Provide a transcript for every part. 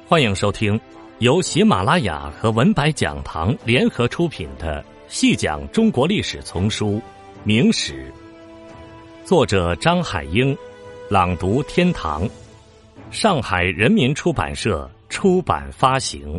欢迎收听由喜马拉雅和文白讲堂联合出品的细讲中国历史丛书《明史》，作者张海英，朗读天堂，上海人民出版社出版发行。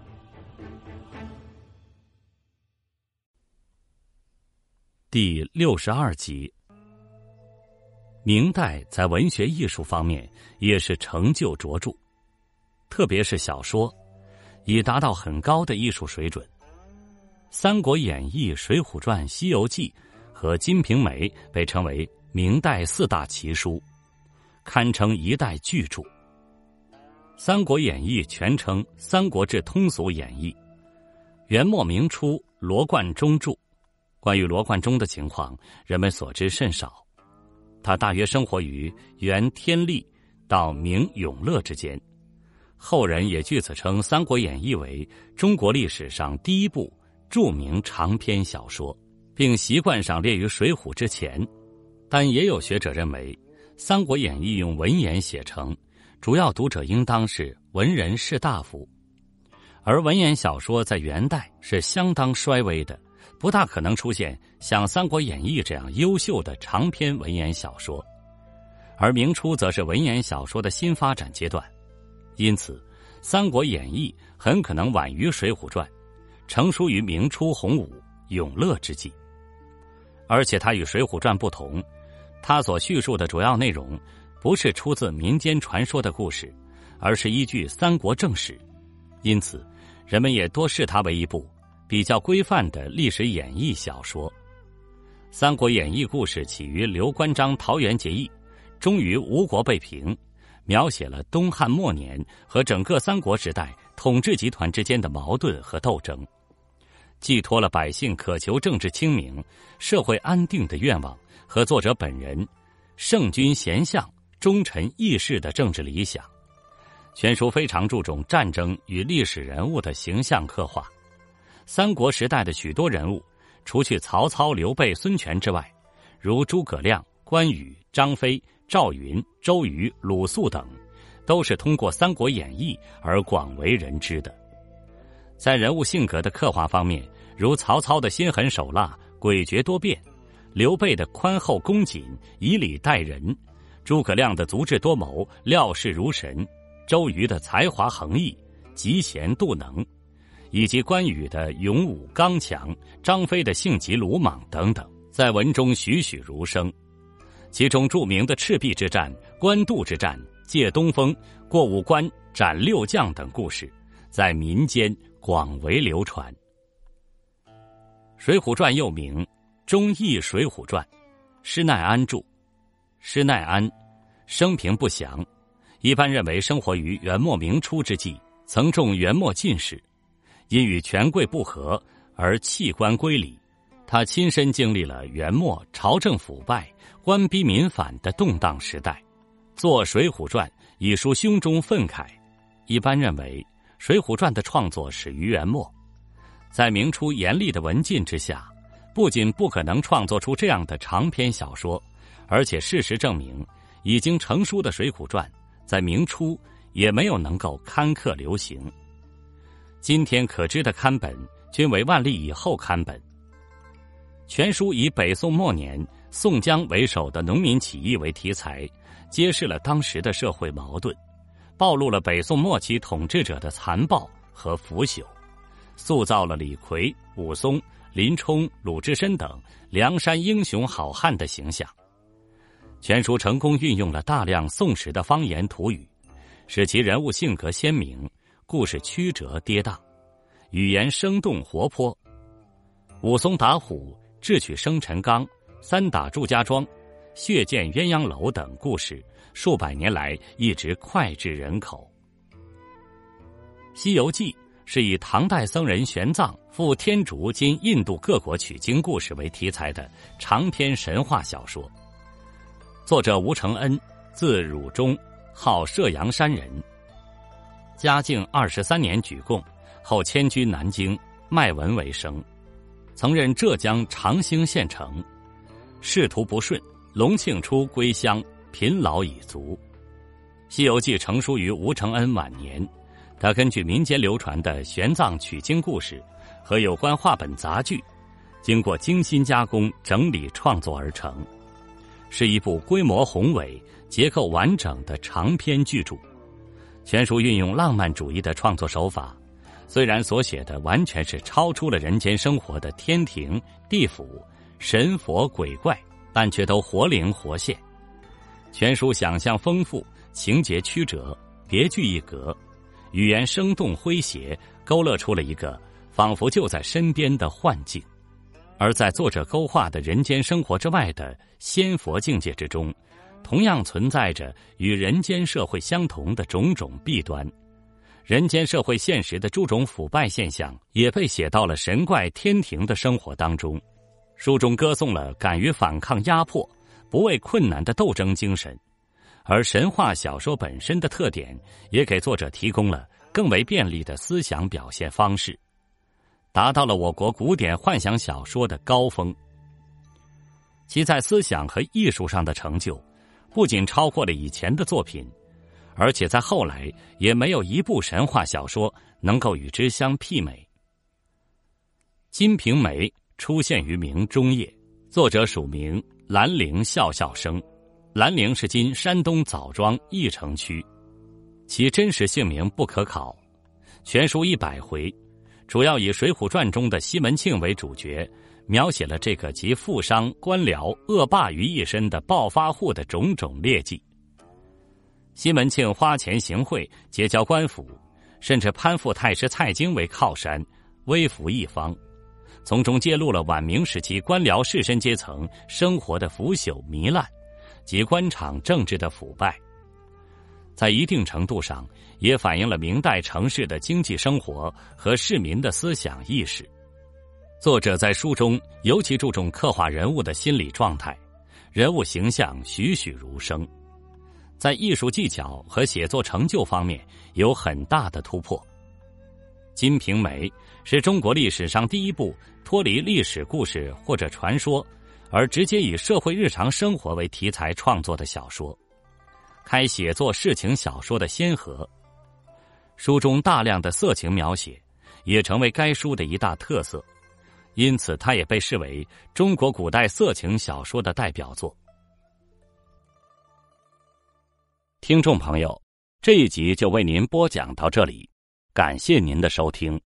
第62集。明代在文学艺术方面也是成就卓著，特别是小说已达到很高的艺术水准。《三国演义》《水浒传》《西游记》和《金瓶梅》被称为明代四大奇书，堪称一代巨著。《三国演义》全称《三国志通俗演义》，元末明初罗贯中著。关于罗贯中的情况，人们所知甚少。他大约生活于元天历到明永乐之间，后人也据此称《三国演义》为中国历史上第一部著名长篇小说，并习惯上列于《水浒》之前。但也有学者认为，《三国演义》用文言写成，主要读者应当是文人士大夫，而文言小说在元代是相当衰微的，不大可能出现像《三国演义》这样优秀的长篇文言小说，而明初则是文言小说的新发展阶段，因此《三国演义》很可能晚于《水浒传》，成书于明初洪武、永乐之际。而且它与《水浒传》不同，它所叙述的主要内容不是出自民间传说的故事，而是依据三国正史，因此人们也多视它为一部比较规范的历史演义小说。《三国演义》故事起于刘关张桃园结义，终于吴国被平，描写了东汉末年和整个三国时代统治集团之间的矛盾和斗争，寄托了百姓渴求政治清明、社会安定的愿望和作者本人圣君贤相、忠臣义士的政治理想。全书非常注重战争与历史人物的形象刻画。三国时代的许多人物，除去曹操、刘备、孙权之外，如诸葛亮、关羽、张飞、赵云、周瑜、鲁肃等，都是通过《三国演义》而广为人知的。在人物性格的刻画方面，如曹操的心狠手辣、诡谲多变，刘备的宽厚恭谨、以礼待人，诸葛亮的足智多谋、料事如神，周瑜的才华横溢、嫉贤妒能，以及关羽的勇武刚强、张飞的性急鲁莽等等，在文中栩栩如生。其中著名的赤壁之战、官渡之战、借东风、过五关、斩六将等故事，在民间广为流传。《水浒传》又名《忠义水浒传》，施耐庵著。施耐庵生平不详，一般认为生活于元末明初之际，曾中元末进士，因与权贵不和而弃官归里。他亲身经历了元末朝政腐败、官逼民反的动荡时代，作《水浒传》以抒胸中愤慨。一般认为，《水浒传》的创作始于元末，在明初严厉的文禁之下，不仅不可能创作出这样的长篇小说，而且事实证明，已经成书的《水浒传》在明初也没有能够刊刻流行。今天可知的刊本均为万历以后刊本。全书以北宋末年宋江为首的农民起义为题材，揭示了当时的社会矛盾，暴露了北宋末期统治者的残暴和腐朽，塑造了李逵、武松、林冲、鲁智深等梁山英雄好汉的形象。全书成功运用了大量宋时的方言土语，使其人物性格鲜明，故事曲折跌宕，语言生动活泼。武松打虎、智取生辰纲、三打祝家庄、血溅鸳鸯楼等故事，数百年来一直脍炙人口。《西游记》是以唐代僧人玄奘赴天竺今印度各国取经故事为题材的长篇神话小说。作者吴承恩，字汝中，号射阳山人。嘉靖23年举贡，后迁居南京，卖文为生，曾任浙江长兴县丞。仕途不顺，隆庆初归乡，贫老已卒。《西游记》成书于吴承恩晚年， 他根据民间流传的玄奘取经故事和有关话本杂剧，经过精心加工整理创作而成，是一部规模宏伟、结构完整的长篇巨著。全书运用浪漫主义的创作手法，虽然所写的完全是超出了人间生活的天庭、地府、神佛、鬼怪，但却都活灵活现。全书想象丰富，情节曲折，别具一格，语言生动诙谐，勾勒出了一个仿佛就在身边的幻境。而在作者勾画的人间生活之外的仙佛境界之中，同样存在着与人间社会相同的种种弊端。人间社会现实的诸种腐败现象也被写到了神怪天庭的生活当中。书中歌颂了敢于反抗压迫、不畏困难的斗争精神，而神话小说本身的特点也给作者提供了更为便利的思想表现方式，达到了我国古典幻想小说的高峰。其在思想和艺术上的成就不仅超过了以前的作品，而且在后来也没有一部神话小说能够与之相媲美。《金瓶梅》出现于明中叶，作者署名兰陵笑笑生，兰陵是今山东枣庄义城区，其真实姓名不可考。全书100回，主要以《水浒传》中的西门庆为主角，描写了这个集富商、官僚、恶霸于一身的暴发户的种种劣迹。西门庆花钱行贿，结交官府，甚至攀附太师蔡京为靠山，威服一方，从中揭露了晚明时期官僚士绅阶层生活的腐朽糜烂及官场政治的腐败，在一定程度上也反映了明代城市的经济生活和市民的思想意识。作者在书中尤其注重刻画人物的心理状态，人物形象栩栩如生，在艺术技巧和写作成就方面有很大的突破。《金瓶梅》是中国历史上第一部脱离历史故事或者传说，而直接以社会日常生活为题材创作的小说，开写作世情小说的先河。书中大量的色情描写也成为该书的一大特色，因此它也被视为中国古代色情小说的代表作。听众朋友，这一集就为您播讲到这里，感谢您的收听。